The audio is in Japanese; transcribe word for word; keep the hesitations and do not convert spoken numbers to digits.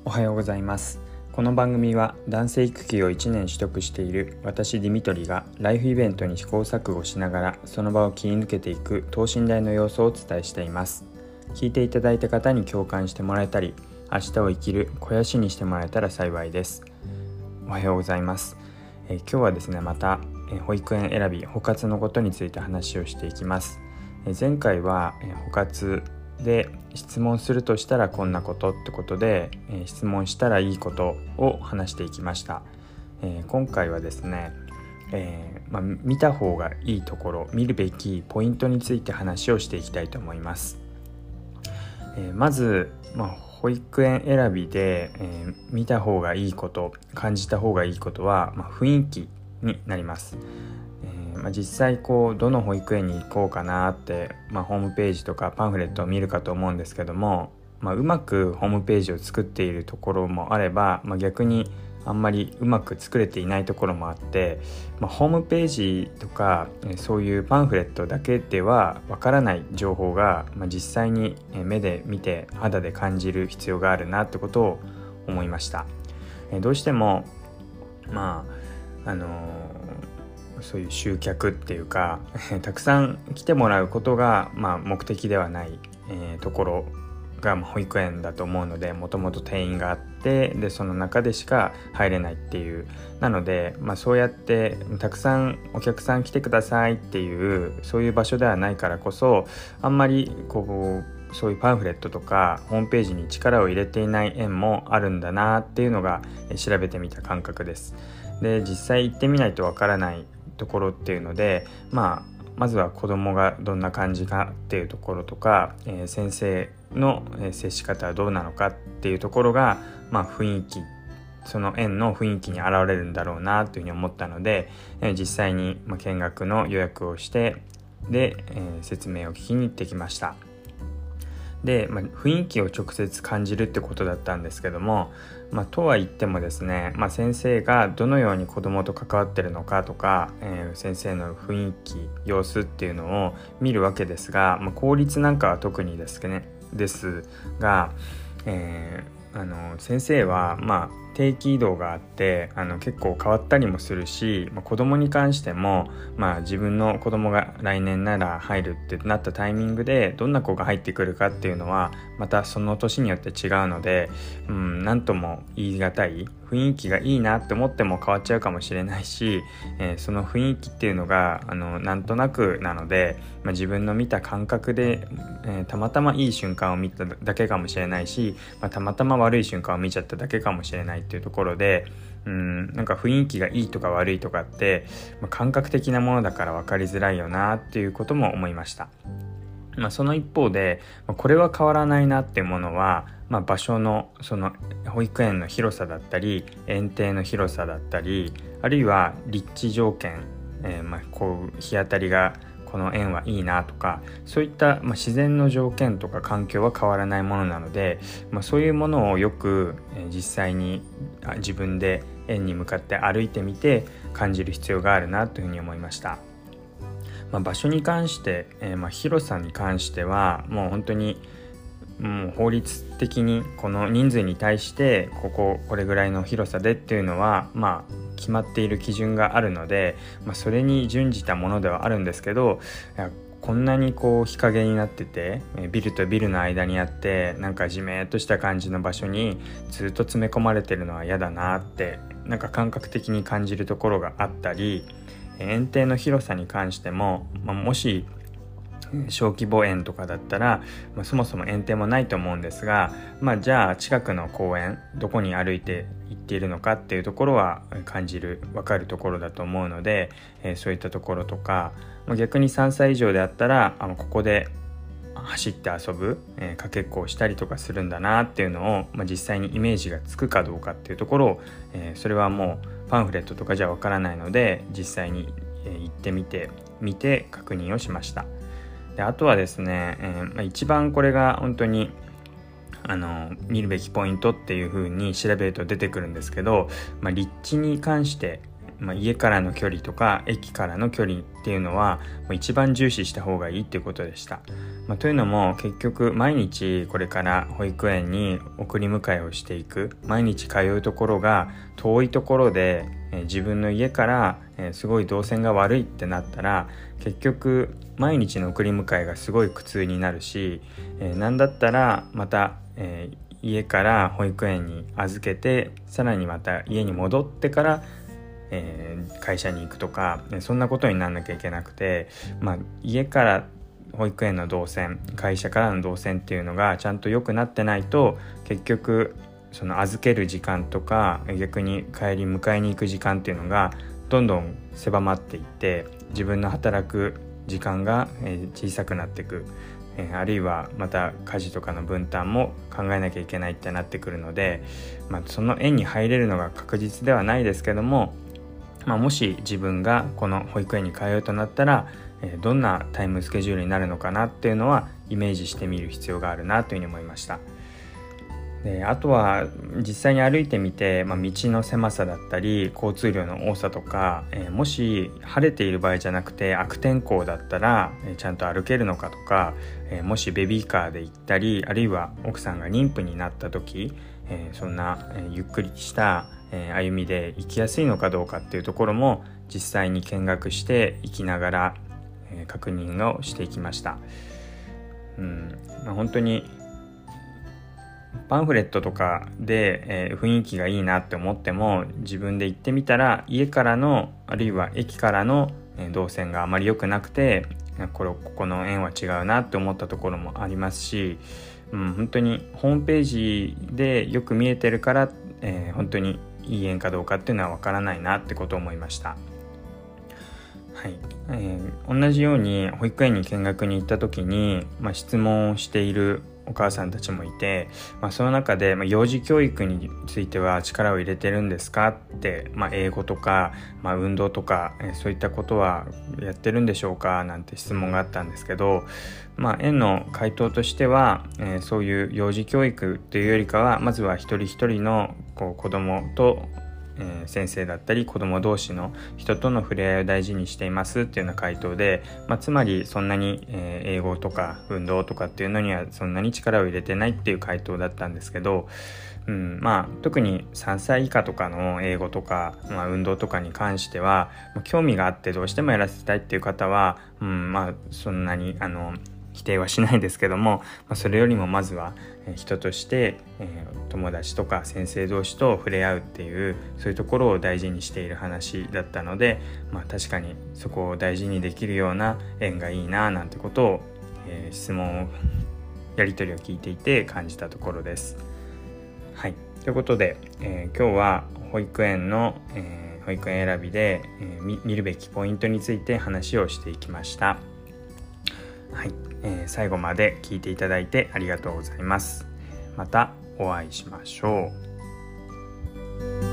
おはようございます。この番組は男性育休をいちねん取得している私ディミトリがライフイベントに試行錯誤しながらその場を切り抜けていく等身大の様子をお伝えしています。聞いていただいた方に共感してもらえたり、明日を生きる肥やしにしてもらえたら幸いです。おはようございます。えー、今日はですねまた、えー、保育園選び、保活のことについて話をしていきます。えー、前回は、えー、保活で質問するとしたらこんなことってことで、えー、質問したらいいことを話していきました。えー、今回はですね、えーまあ、見た方がいいところ、見るべきポイントについて話をしていきたいと思います。えー、まず、まあ、保育園選びで、えー、見た方がいいこと、感じた方がいいことは、まあ、雰囲気になります。まあ、実際こうどの保育園に行こうかなって、まあ、ホームページとかパンフレットを見るかと思うんですけども、まあ、うまくホームページを作っているところもあれば、まあ、逆にあんまりうまく作れていないところもあって、まあ、ホームページとかそういうパンフレットだけではわからない情報が、まあ、実際に目で見て肌で感じる必要があるなってことを思いました。どうしてもまああのーそういう集客っていうかたくさん来てもらうことが、まあ、目的ではない、えー、ところが、まあ、保育園だと思うので、もともと定員があってでその中でしか入れないっていう、なので、まあ、そうやってたくさんお客さん来てくださいっていうそういう場所ではないからこそ、あんまりこうそういうパンフレットとかホームページに力を入れていない園もあるんだなっていうのが調べてみた感覚です。で実際行ってみないとわからないところっていうので、まあ、まずは子どもがどんな感じかっていうところとか、えー、先生の接し方はどうなのかっていうところが、まあ、雰囲気その園の雰囲気に現れるんだろうなというふうに思ったので、えー、実際に見学の予約をしてで、えー、説明を聞きに行ってきました。で、まあ、雰囲気を直接感じるってことだったんですけども、まあ、とは言ってもですね、まあ、先生がどのように子どもと関わってるのかとか、えー、先生の雰囲気様子っていうのを見るわけですが、まあ、公立なんかは特にですねですが、えー、あの先生はまあ定期移動があってあの結構変わったりもするし、まあ、子供に関しても、まあ、自分の子供が来年なら入るってなったタイミングでどんな子が入ってくるかっていうのはまたその年によって違うので、うん、なんとも言い難い、雰囲気がいいなって思っても変わっちゃうかもしれないし、えー、その雰囲気っていうのがあのなんとなくなので、まあ、自分の見た感覚で、えー、たまたまいい瞬間を見ただけかもしれないし、まあ、たまたま悪い瞬間を見ちゃっただけかもしれないっていうところで、うん、なんか雰囲気がいいとか悪いとかって、まあ、感覚的なものだから分かりづらいよなっていうことも思いました。まあ、その一方でこれは変わらないなっていうものは、まあ、場所のその保育園の広さだったり園庭の広さだったり、あるいは立地条件、えー、まあこう日当たりがこの園はいいなとか、そういった、まあ、自然の条件とか環境は変わらないものなので、まあ、そういうものをよく、えー、実際に自分で園に向かって歩いてみて感じる必要があるなというふうに思いました。まあ、場所に関して、えーまあ、広さに関してはもう本当にもう法律的にこの人数に対してこここれぐらいの広さでっていうのはまあ決まっている基準があるので、まあ、それに準じたものではあるんですけど、いやこんなにこう日陰になっててビルとビルの間にあってなんかじめっとした感じの場所にずっと詰め込まれてるのは嫌だなってなんか感覚的に感じるところがあったり、園庭の広さに関しても、まあ、もし小規模園とかだったら、まあ、そもそも園庭もないと思うんですが、まあ、じゃあ近くの公園どこに歩いて行っているのかっていうところは感じる分かるところだと思うので、えー、そういったところとか、まあ、逆にさんさい以上であったらあのここで走って遊ぶ、えー、かけっこをしたりとかするんだなっていうのを、まあ、実際にイメージがつくかどうかっていうところを、えー、それはもうパンフレットとかじゃわからないので実際に、えー、行ってみて見て確認をしました。であとはですね、えーまあ、一番これが本当にあの見るべきポイントっていう風に調べると出てくるんですけど、まあ、立地に関してまあ、家からの距離とか駅からの距離っていうのは一番重視した方がいいっていうことでした。まあ、というのも結局毎日これから保育園に送り迎えをしていく、毎日通うところが遠いところで、えー、自分の家から、えー、すごい動線が悪いってなったら結局毎日の送り迎えがすごい苦痛になるし、えー、なんだったらまた、えー、家から保育園に預けてさらにまた家に戻ってからえー、会社に行くとか、そんなことにならなきゃいけなくて、まあ、家から保育園の動線、会社からの動線っていうのがちゃんと良くなってないと結局その預ける時間とか逆に帰り迎えに行く時間っていうのがどんどん狭まっていって自分の働く時間が小さくなっていく、あるいはまた家事とかの分担も考えなきゃいけないってなってくるので、まあ、その園に入れるのが確実ではないですけども、まあ、もし自分がこの保育園に通うとなったら、えー、どんなタイムスケジュールになるのかなっていうのはイメージしてみる必要があるなというふうに思いました。であとは実際に歩いてみて、まあ、道の狭さだったり交通量の多さとか、えー、もし晴れている場合じゃなくて悪天候だったら、えー、ちゃんと歩けるのかとか、えー、もしベビーカーで行ったりあるいは奥さんが妊婦になった時、えー、そんな、えー、ゆっくりしたえー、歩みで行きやすいのかどうかっていうところも実際に見学して行きながら、えー、確認をしていきました。うんまあ、本当にパンフレットとかで、えー、雰囲気がいいなって思っても自分で行ってみたら家からのあるいは駅からの、えー、動線があまり良くなくてこれここの園は違うなって思ったところもありますし、うん、本当にホームページでよく見えてるから、えー、本当にいい園かどうかっていうのはわからないなってことを思いました。はいえー、同じように保育園に見学に行った時に、まあ、質問をしているお母さんたちもいて、まあ、その中で、まあ、幼児教育については力を入れてるんですかって、まあ、英語とか、まあ、運動とか、えー、そういったことはやってるんでしょうかなんて質問があったんですけど、まあ、園の回答としては、えー、そういう幼児教育というよりかはまずは一人一人のこう子供とえー、先生だったり子ども同士の人との触れ合いを大事にしていますっていうような回答で、まあ、つまりそんなに、えー、英語とか運動とかっていうのにはそんなに力を入れてないっていう回答だったんですけど、うんまあ、特にさんさい以下とかの英語とか、まあ、運動とかに関しては興味があってどうしてもやらせたいっていう方は、うんまあ、そんなにあの否定はしないですけども、まあ、それよりもまずは人として、えー、友達とか先生同士と触れ合うっていうそういうところを大事にしている話だったので、まあ、確かにそこを大事にできるような園がいいななんてことを、えー、質問をやり取りを聞いていて感じたところです。はい、ということで、えー、今日は保育園の、えー、保育園選びで、えー、見, 見るべきポイントについて話をしていきました。はいえー、最後まで聞いていただいてありがとうございます。またお会いしましょう。